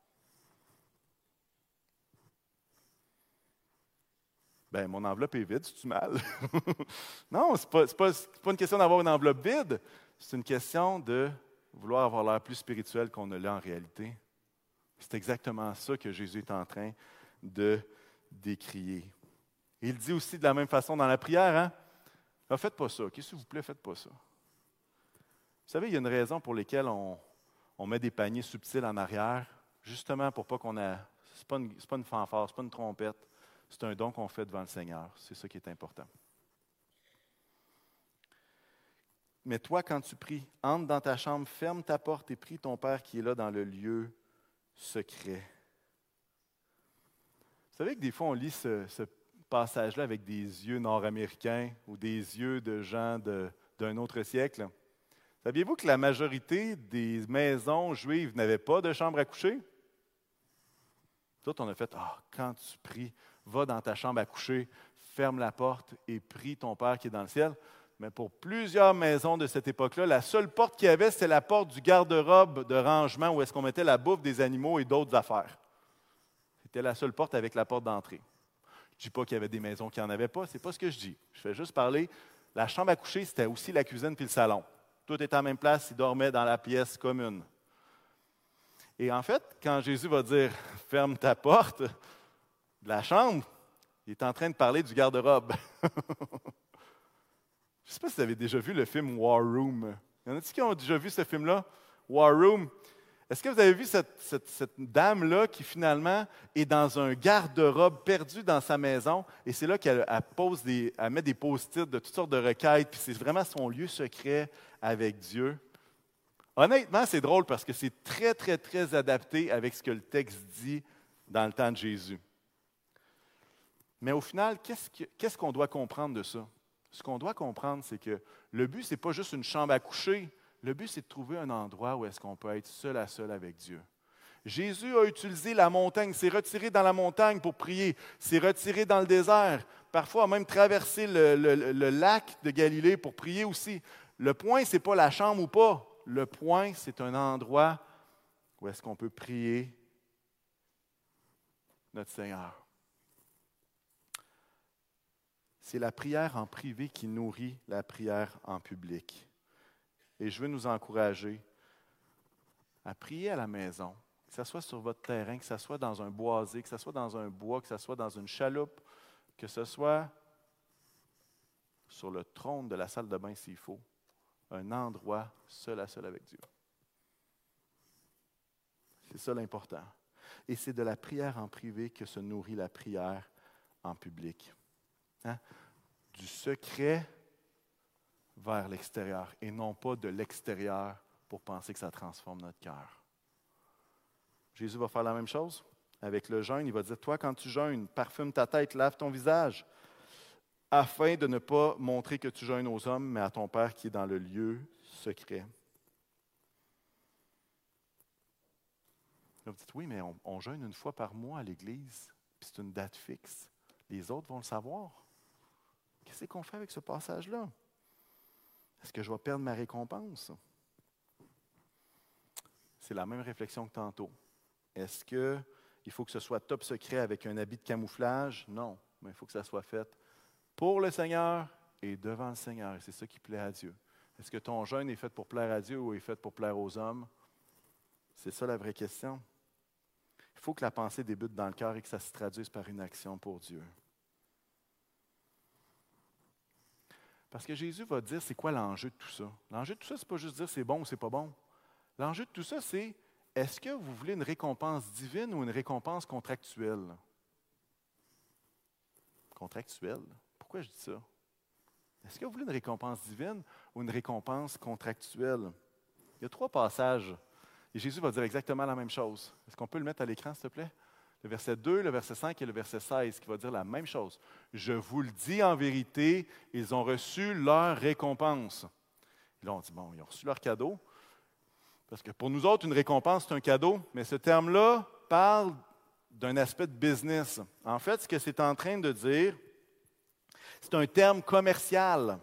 [SPEAKER 1] Ben, mon enveloppe est vide, c'est-tu mal? Non, ce n'est pas, c'est pas, c'est pas une question d'avoir une enveloppe vide, c'est une question de vouloir avoir l'air plus spirituel qu'on ne l'est en réalité. C'est exactement ça que Jésus est en train de décrier. Il dit aussi de la même façon dans la prière, hein? Ah, faites pas ça, OK, s'il vous plaît, faites pas ça. Vous savez, il y a une raison pour laquelle on, on met des paniers subtils en arrière, justement pour pas qu'on ait. Ce n'est pas, pas une fanfare, ce n'est pas une trompette. C'est un don qu'on fait devant le Seigneur. C'est ça qui est important. Mais toi, quand tu pries, entre dans ta chambre, ferme ta porte et prie ton Père qui est là dans le lieu secret. Vous savez que des fois, on lit ce, ce passage-là avec des yeux nord-américains ou des yeux de gens de, d'un autre siècle. Saviez-vous que la majorité des maisons juives n'avaient pas de chambre à coucher? Tout, on a fait, ah, quand tu pries, va dans ta chambre à coucher, ferme la porte et prie ton Père qui est dans le ciel. Mais pour plusieurs maisons de cette époque-là, la seule porte qu'il y avait, c'était la porte du garde-robe de rangement où est-ce qu'on mettait la bouffe des animaux et d'autres affaires. C'était la seule porte avec la porte d'entrée. Je ne dis pas qu'il y avait des maisons qui n'en avaient pas, ce n'est pas ce que je dis. Je fais juste parler. La chambre à coucher, c'était aussi la cuisine puis le salon. Tout était en même place, ils dormaient dans la pièce commune. Et en fait, quand Jésus va dire « ferme ta porte », de la chambre, il est en train de parler du garde-robe. Je ne sais pas si vous avez déjà vu le film War Room. Il y en a-t-il qui ont déjà vu ce film-là, War Room? Est-ce que vous avez vu cette, cette, cette dame-là qui finalement est dans un garde-robe perdu dans sa maison et c'est là qu'elle elle pose des, elle met des post-it de toutes sortes de requêtes puis c'est vraiment son lieu secret avec Dieu. Honnêtement, c'est drôle parce que c'est très, très, très adapté avec ce que le texte dit dans le temps de Jésus. Mais au final, qu'est-ce, que, qu'est-ce qu'on doit comprendre de ça? Ce qu'on doit comprendre, c'est que le but, ce n'est pas juste une chambre à coucher. Le but, c'est de trouver un endroit où est-ce qu'on peut être seul à seul avec Dieu. Jésus a utilisé la montagne, s'est retiré dans la montagne pour prier, s'est retiré dans le désert, parfois a même traversé le, le, le lac de Galilée pour prier aussi. Le point, ce n'est pas la chambre ou pas. Le point, c'est un endroit où est-ce qu'on peut prier notre Seigneur. C'est la prière en privé qui nourrit la prière en public. Et je veux nous encourager à prier à la maison, que ce soit sur votre terrain, que ce soit dans un boisé, que ce soit dans un bois, que ce soit dans une chaloupe, que ce soit sur le trône de la salle de bain s'il faut, un endroit seul à seul avec Dieu. C'est ça l'important. Et c'est de la prière en privé que se nourrit la prière en public. Hein? Du secret vers l'extérieur et non pas de l'extérieur pour penser que ça transforme notre cœur. Jésus va faire la même chose avec le jeûne. Il va dire, toi, quand tu jeûnes, parfume ta tête, lave ton visage, afin de ne pas montrer que tu jeûnes aux hommes, mais à ton Père qui est dans le lieu secret. Là, vous dites, oui, mais on, on jeûne une fois par mois à l'Église, puis c'est une date fixe. Les autres vont le savoir. Qu'est-ce qu'on fait avec ce passage-là? Est-ce que je vais perdre ma récompense? C'est la même réflexion que tantôt. Est-ce qu'il faut que ce soit top secret avec un habit de camouflage? Non, mais il faut que ça soit fait pour le Seigneur et devant le Seigneur. Et c'est ça qui plaît à Dieu. Est-ce que ton jeûne est fait pour plaire à Dieu ou est fait pour plaire aux hommes? C'est ça la vraie question. Il faut que la pensée débute dans le cœur et que ça se traduise par une action pour Dieu. Parce que Jésus va dire, c'est quoi l'enjeu de tout ça? L'enjeu de tout ça, ce n'est pas juste dire c'est bon ou c'est pas bon. L'enjeu de tout ça, c'est, est-ce que vous voulez une récompense divine ou une récompense contractuelle? Contractuelle? Pourquoi je dis ça? Est-ce que vous voulez une récompense divine ou une récompense contractuelle? Il y a trois passages. Et Jésus va dire exactement la même chose. Est-ce qu'on peut le mettre à l'écran, s'il te plaît? Le verset deux, le verset cinq et le verset seize qui va dire la même chose. Je vous le dis en vérité, ils ont reçu leur récompense. Et là, on dit, bon, ils ont reçu leur cadeau. Parce que pour nous autres, une récompense, c'est un cadeau. Mais ce terme-là parle d'un aspect de business. En fait, ce que c'est en train de dire, c'est un terme commercial.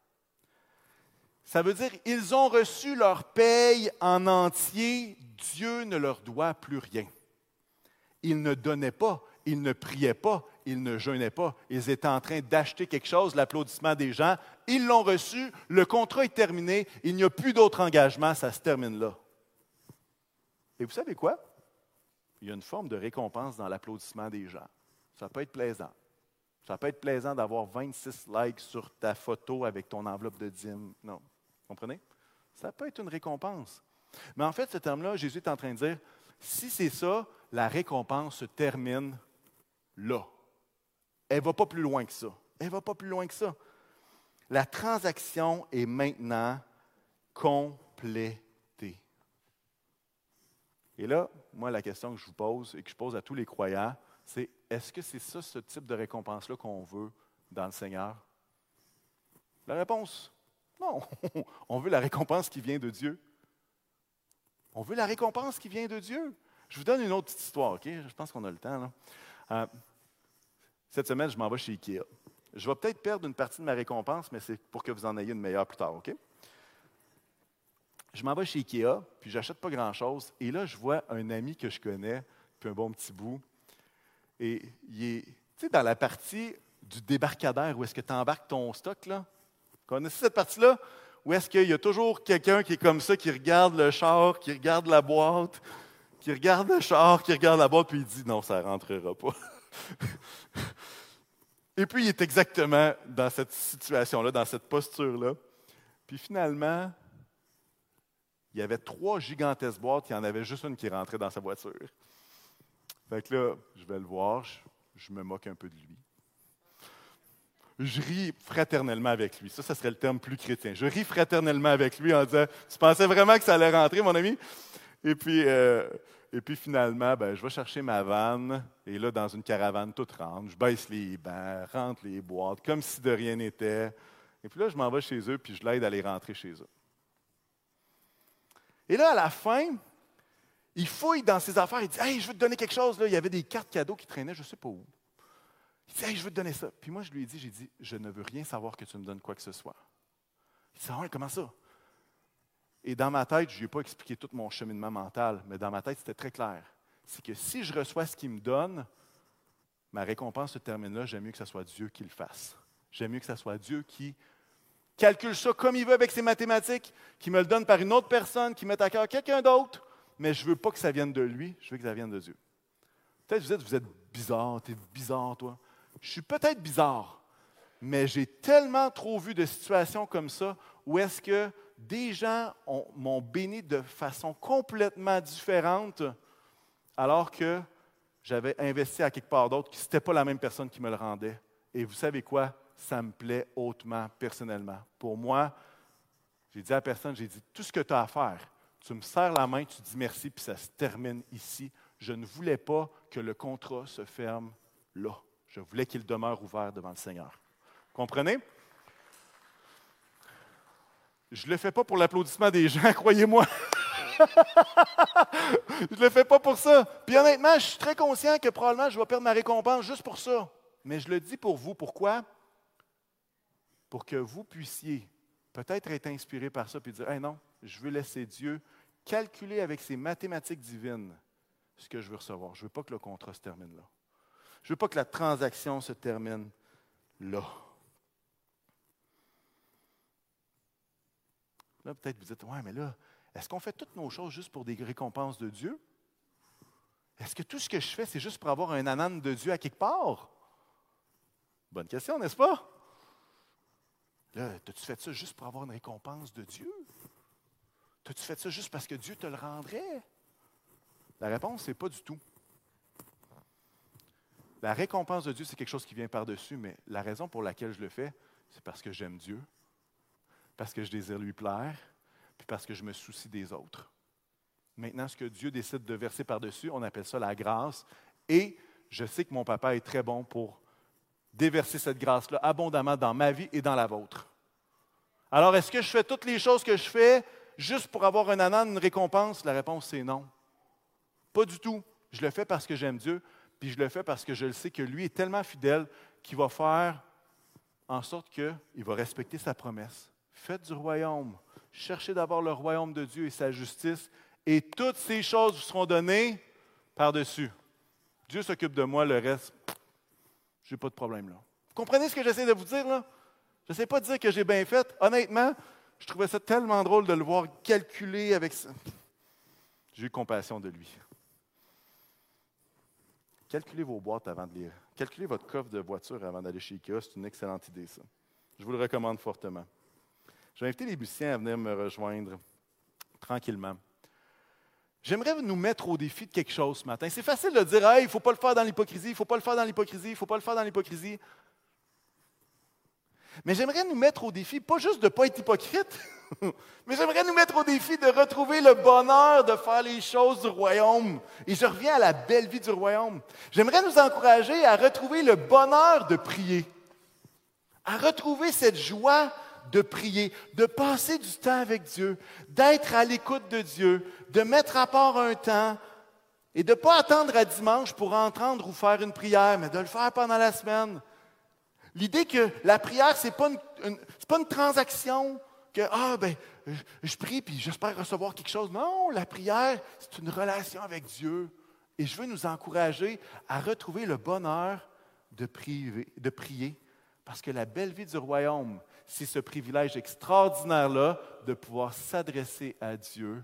[SPEAKER 1] Ça veut dire ils ont reçu leur paye en entier, Dieu ne leur doit plus rien. Ils ne donnaient pas, ils ne priaient pas, ils ne jeûnaient pas. Ils étaient en train d'acheter quelque chose, l'applaudissement des gens. Ils l'ont reçu, le contrat est terminé, il n'y a plus d'autre engagement, ça se termine là. Et vous savez quoi? Il y a une forme de récompense dans l'applaudissement des gens. Ça peut être plaisant. Ça peut être plaisant d'avoir vingt-six likes sur ta photo avec ton enveloppe de dîmes. Non. Comprenez? Ça peut être une récompense. Mais en fait, ce terme-là, Jésus est en train de dire, si c'est ça, la récompense se termine là. Elle ne va pas plus loin que ça. Elle ne va pas plus loin que ça. La transaction est maintenant complétée. Et là, moi, la question que je vous pose et que je pose à tous les croyants, c'est est-ce que c'est ça, ce type de récompense-là qu'on veut dans le Seigneur? La réponse, non. On veut la récompense qui vient de Dieu. On veut la récompense qui vient de Dieu. Je vous donne une autre petite histoire, OK? Je pense qu'on a le temps, là. Euh, cette semaine, je m'en vais chez Ikea. Je vais peut-être perdre une partie de ma récompense, mais c'est pour que vous en ayez une meilleure plus tard, OK? Je m'en vais chez Ikea, puis j'achète pas grand-chose. Et là, je vois un ami que je connais, puis un bon petit bout. Et il est, tu sais, dans la partie du débarcadère où est-ce que tu embarques ton stock, là? Connaissez cette partie-là? Où est-ce qu'il y a toujours quelqu'un qui est comme ça, qui regarde le char, qui regarde la boîte, qui regarde le char, qui regarde la boîte, puis il dit « Non, ça ne rentrera pas. » Et puis, il est exactement dans cette situation-là, dans cette posture-là. Puis finalement, il y avait trois gigantesques boîtes, il y en avait juste une qui rentrait dans sa voiture. Fait que là, je vais le voir, je, je me moque un peu de lui. Je ris fraternellement avec lui. Ça, ça serait le terme plus chrétien. Je ris fraternellement avec lui en disant « Tu pensais vraiment que ça allait rentrer, mon ami? » Et puis, euh, et puis finalement, ben, je vais chercher ma vanne, et là, dans une caravane toute rentre, je baisse les bancs, rentre les boîtes, comme si de rien n'était. Et puis là, je m'en vais chez eux, puis je l'aide à les rentrer chez eux. Et là, à la fin, il fouille dans ses affaires, il dit « Hey, je veux te donner quelque chose. » Là, il y avait des cartes cadeaux qui traînaient, je ne sais pas où. Il dit « Hey, je veux te donner ça. » Puis moi, je lui ai dit, j'ai dit « Je ne veux rien savoir que tu me donnes quoi que ce soit. » Il dit « Ah ouais, comment ça? » Et dans ma tête, je ne lui ai pas expliqué tout mon cheminement mental, mais dans ma tête, c'était très clair. C'est que si je reçois ce qu'il me donne, ma récompense se termine là, j'aime mieux que ce soit Dieu qui le fasse. J'aime mieux que ce soit Dieu qui calcule ça comme il veut avec ses mathématiques, qui me le donne par une autre personne, qui mette à cœur quelqu'un d'autre, mais je ne veux pas que ça vienne de lui, je veux que ça vienne de Dieu. Peut-être que vous êtes, vous êtes bizarre, tu es bizarre, toi. Je suis peut-être bizarre, Mais j'ai tellement trop vu de situations comme ça où est-ce que des gens ont- m'ont béni de façon complètement différente alors que j'avais investi à quelque part d'autre, que ce n'était pas la même personne qui me le rendait. Et vous savez quoi? Ça me plaît hautement, personnellement. Pour moi, j'ai dit à la personne, j'ai dit, tout ce que tu as à faire, tu me serres la main, tu dis merci, puis ça se termine ici. Je ne voulais pas que le contrat se ferme là. Je voulais qu'il demeure ouvert devant le Seigneur. Comprenez? Je ne le fais pas pour l'applaudissement des gens, croyez-moi. Je ne le fais pas pour ça. Puis honnêtement, je suis très conscient que probablement je vais perdre ma récompense juste pour ça. Mais je le dis pour vous. Pourquoi? Pour que vous puissiez peut-être être inspiré par ça et dire, hey non, je veux laisser Dieu calculer avec ses mathématiques divines ce que je veux recevoir. Je ne veux pas que le contrat se termine là. Je ne veux pas que la transaction se termine là. Là, peut-être vous dites, ouais, mais là, est-ce qu'on fait toutes nos choses juste pour des récompenses de Dieu? Est-ce que tout ce que je fais, c'est juste pour avoir un ânane de Dieu à quelque part? Bonne question, n'est-ce pas? Là, as-tu fait ça juste pour avoir une récompense de Dieu? As-tu fait ça juste parce que Dieu te le rendrait? La réponse, c'est pas du tout. La récompense de Dieu, c'est quelque chose qui vient par-dessus, mais la raison pour laquelle je le fais, c'est parce que j'aime Dieu, parce que je désire lui plaire, puis parce que je me soucie des autres. Maintenant, ce que Dieu décide de verser par-dessus, on appelle ça la grâce. Et je sais que mon papa est très bon pour déverser cette grâce-là abondamment dans ma vie et dans la vôtre. Alors, est-ce que je fais toutes les choses que je fais juste pour avoir un âne, une récompense? La réponse, c'est non. Pas du tout. Je le fais parce que j'aime Dieu, puis je le fais parce que je le sais que lui est tellement fidèle qu'il va faire en sorte qu'il va respecter sa promesse. Faites du royaume. Cherchez d'abord le royaume de Dieu et sa justice, et toutes ces choses vous seront données par-dessus. Dieu s'occupe de moi, le reste, je n'ai pas de problème là. Vous comprenez ce que j'essaie de vous dire là? Je n'essaie pas de dire que j'ai bien fait. Honnêtement, je trouvais ça tellement drôle de le voir calculer avec ça. J'ai eu compassion de lui. Calculez vos boîtes avant de lire. Calculez votre coffre de voiture avant d'aller chez Ikea, c'est une excellente idée ça. Je vous le recommande fortement. Je vais inviter les musiciens à venir me rejoindre tranquillement. J'aimerais nous mettre au défi de quelque chose ce matin. C'est facile de dire, hey, il ne faut pas le faire dans l'hypocrisie, il ne faut pas le faire dans l'hypocrisie, il ne faut pas le faire dans l'hypocrisie. Mais j'aimerais nous mettre au défi, pas juste de ne pas être hypocrite, mais j'aimerais nous mettre au défi de retrouver le bonheur de faire les choses du royaume. Et je reviens à la belle vie du royaume. J'aimerais nous encourager à retrouver le bonheur de prier, à retrouver cette joie de prier, de passer du temps avec Dieu, d'être à l'écoute de Dieu, de mettre à part un temps et de ne pas attendre à dimanche pour entendre ou faire une prière, mais de le faire pendant la semaine. L'idée que la prière, ce n'est pas, pas une transaction, que ah ben je, je prie puis j'espère recevoir quelque chose. Non, la prière, c'est une relation avec Dieu. Et je veux nous encourager à retrouver le bonheur de prier, de prier parce que la belle vie du royaume, c'est ce privilège extraordinaire-là de pouvoir s'adresser à Dieu.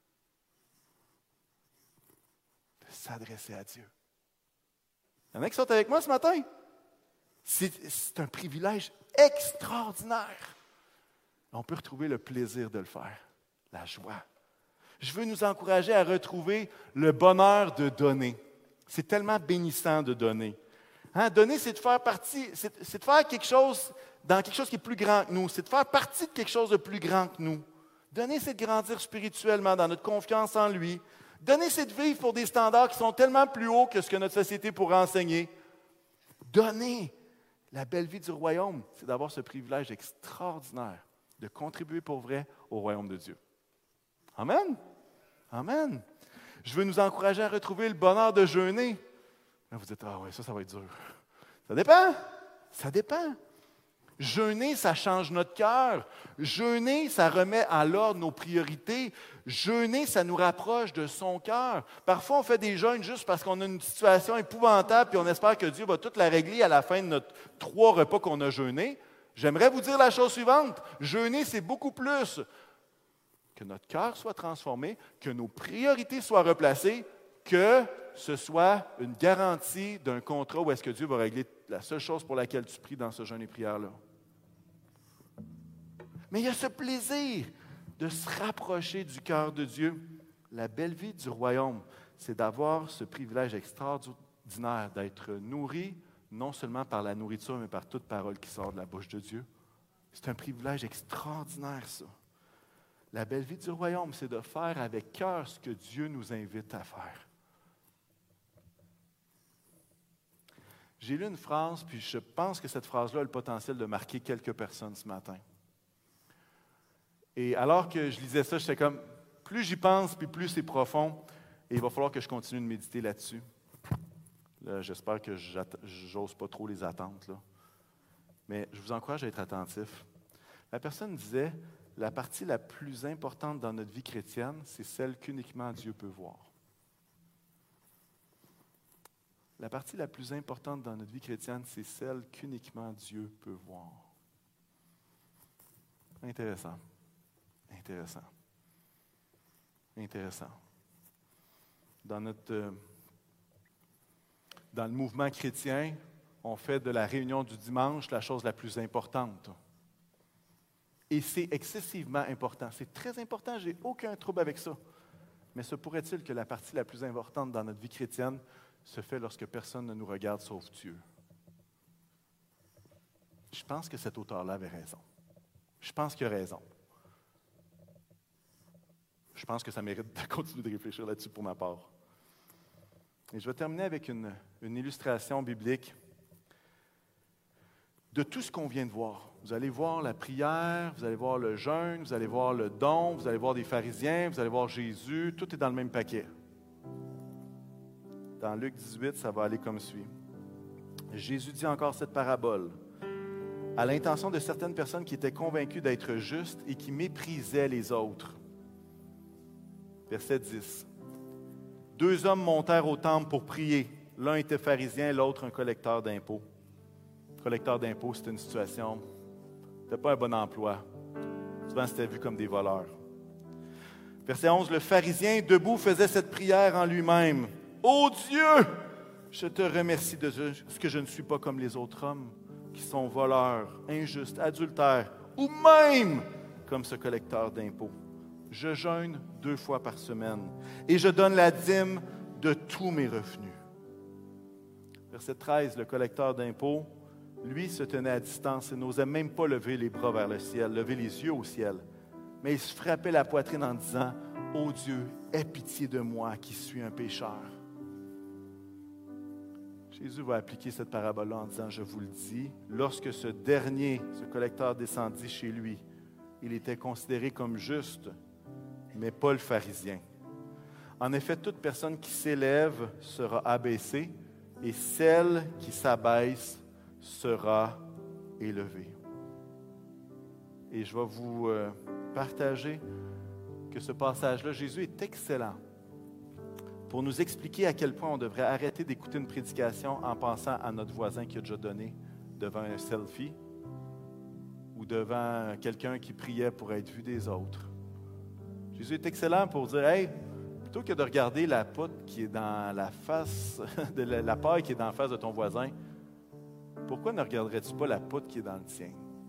[SPEAKER 1] De s'adresser à Dieu. Il y en a qui sont avec moi ce matin? C'est, c'est un privilège extraordinaire. On peut retrouver le plaisir de le faire, la joie. Je veux nous encourager à retrouver le bonheur de donner. C'est tellement bénissant de donner. Hein, donner, c'est de faire partie, c'est, c'est de faire quelque chose dans quelque chose qui est plus grand que nous. C'est de faire partie de quelque chose de plus grand que nous. Donner, c'est de grandir spirituellement dans notre confiance en lui. Donner, c'est de vivre pour des standards qui sont tellement plus hauts que ce que notre société pourrait enseigner. Donner, la belle vie du royaume, c'est d'avoir ce privilège extraordinaire de contribuer pour vrai au royaume de Dieu. Amen. Amen. Je veux nous encourager à retrouver le bonheur de jeûner. Là, vous dites, ah oui, ça, ça va être dur. Ça dépend. Ça dépend. Jeûner, ça change notre cœur. Jeûner, ça remet à l'ordre nos priorités. Jeûner, ça nous rapproche de son cœur. Parfois, on fait des jeûnes juste parce qu'on a une situation épouvantable et on espère que Dieu va tout la régler à la fin de notre trois repas qu'on a jeûnés. J'aimerais vous dire la chose suivante. Jeûner, c'est beaucoup plus que notre cœur soit transformé, que nos priorités soient replacées, que ce soit une garantie d'un contrat où est-ce que Dieu va régler la seule chose pour laquelle tu pries dans ce jeûne et prière-là. Mais il y a ce plaisir de se rapprocher du cœur de Dieu. La belle vie du royaume, c'est d'avoir ce privilège extraordinaire d'être nourri, non seulement par la nourriture, mais par toute parole qui sort de la bouche de Dieu. C'est un privilège extraordinaire, ça. La belle vie du royaume, c'est de faire avec cœur ce que Dieu nous invite à faire. J'ai lu une phrase, puis je pense que cette phrase-là a le potentiel de marquer quelques personnes ce matin. Et alors que je lisais ça, j'étais comme, plus j'y pense, puis plus c'est profond, et il va falloir que je continue de méditer là-dessus. Là, j'espère que j'ose pas trop les attentes, là. Mais je vous encourage à être attentif. La personne disait, la partie la plus importante dans notre vie chrétienne, c'est celle qu'uniquement Dieu peut voir. La partie la plus importante dans notre vie chrétienne, c'est celle qu'uniquement Dieu peut voir. Intéressant. Intéressant. Intéressant. Dans notre, euh, dans le mouvement chrétien, on fait de la réunion du dimanche la chose la plus importante. Et c'est excessivement important. C'est très important, je n'ai aucun trouble avec ça. Mais se pourrait-il que la partie la plus importante dans notre vie chrétienne se fait lorsque personne ne nous regarde sauf Dieu? Je pense que cet auteur-là avait raison. Je pense qu'il a raison. Je pense que ça mérite de continuer de réfléchir là-dessus pour ma part. Et je vais terminer avec une, une illustration biblique de tout ce qu'on vient de voir. Vous allez voir la prière, vous allez voir le jeûne, vous allez voir le don, vous allez voir des pharisiens, vous allez voir Jésus, tout est dans le même paquet. Dans Luc dix-huit, ça va aller comme suit. Jésus dit encore cette parabole à l'intention de certaines personnes qui étaient convaincues d'être justes et qui méprisaient les autres. Verset dix. Deux hommes montèrent au temple pour prier. L'un était pharisien, l'autre un collecteur d'impôts. Collecteur d'impôts, c'était une situation, c'était pas un bon emploi. Souvent, c'était vu comme des voleurs. Verset onze. Le pharisien, debout, faisait cette prière en lui-même. « Ô Dieu, je te remercie de ce que je ne suis pas comme les autres hommes, qui sont voleurs, injustes, adultères, ou même comme ce collecteur d'impôts. Je jeûne deux fois par semaine et je donne la dîme de tous mes revenus. » Verset treize, le collecteur d'impôts, lui, se tenait à distance et n'osait même pas lever les bras vers le ciel, lever les yeux au ciel. Mais il se frappait la poitrine en disant, « Ô Dieu, aie pitié de moi qui suis un pécheur. » Jésus va appliquer cette parabole-là en disant, « Je vous le dis, lorsque ce dernier, ce collecteur descendit chez lui, il était considéré comme juste, mais pas le pharisien. En effet, toute personne qui s'élève sera abaissée, et celle qui s'abaisse sera élevée. » Et je vais vous euh, partager que ce passage-là, Jésus est excellent pour nous expliquer à quel point on devrait arrêter d'écouter une prédication en pensant à notre voisin qui a déjà donné devant un selfie ou devant quelqu'un qui priait pour être vu des autres. Jésus est excellent pour dire, « Hey, plutôt que de regarder la poutre qui est dans la face, de la, la paille qui est dans la face de ton voisin, pourquoi ne regarderais-tu pas la poutre qui est dans le tien? »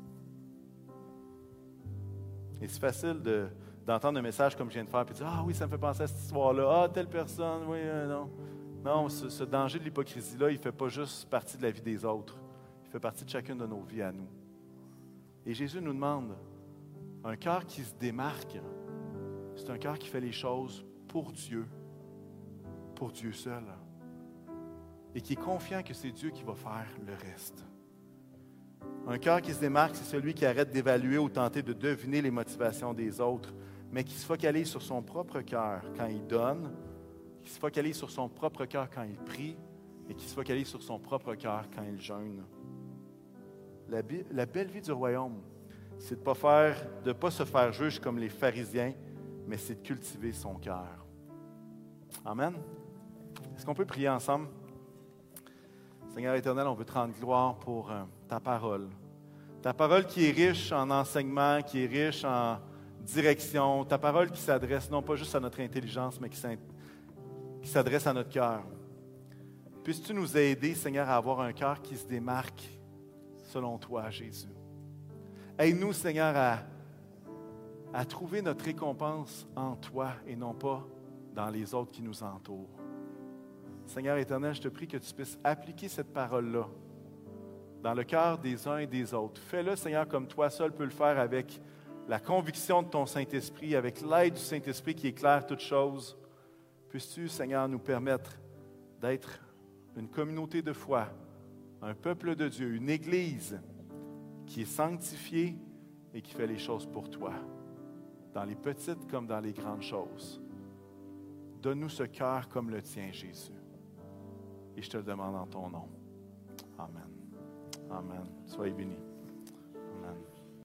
[SPEAKER 1] Et c'est facile de, d'entendre un message comme je viens de faire, puis de dire, « Ah oui, ça me fait penser à cette histoire-là. Ah, telle personne, oui, euh, non. » Non, ce, ce danger de l'hypocrisie-là, il ne fait pas juste partie de la vie des autres. Il fait partie de chacune de nos vies à nous. Et Jésus nous demande, un cœur qui se démarque, c'est un cœur qui fait les choses pour Dieu, pour Dieu seul, et qui est confiant que c'est Dieu qui va faire le reste. Un cœur qui se démarque, c'est celui qui arrête d'évaluer ou tenter de deviner les motivations des autres, mais qui se focalise sur son propre cœur quand il donne, qui se focalise sur son propre cœur quand il prie, et qui se focalise sur son propre cœur quand il jeûne. La, la belle vie du royaume, c'est de ne pas faire, de pas se faire juge comme les pharisiens, mais c'est de cultiver son cœur. Amen. Est-ce qu'on peut prier ensemble? Seigneur éternel, on veut te rendre gloire pour euh, ta parole. Ta parole qui est riche en enseignement, qui est riche en direction. Ta parole qui s'adresse non pas juste à notre intelligence, mais qui qui s'adresse à notre cœur. Puisses-tu nous aider, Seigneur, à avoir un cœur qui se démarque selon toi, Jésus. Aide-nous, Seigneur, à, à trouver notre récompense en toi et non pas dans les autres qui nous entourent. Seigneur éternel, je te prie que tu puisses appliquer cette parole-là dans le cœur des uns et des autres. Fais-le, Seigneur, comme toi seul peux le faire avec la conviction de ton Saint-Esprit, avec l'aide du Saint-Esprit qui éclaire toutes choses. Puisses-tu, Seigneur, nous permettre d'être une communauté de foi, un peuple de Dieu, une Église qui est sanctifiée et qui fait les choses pour toi, dans les petites comme dans les grandes choses. Donne-nous ce cœur comme le tien, Jésus. Et je te le demande en ton nom. Amen. Amen. Soyez bénis.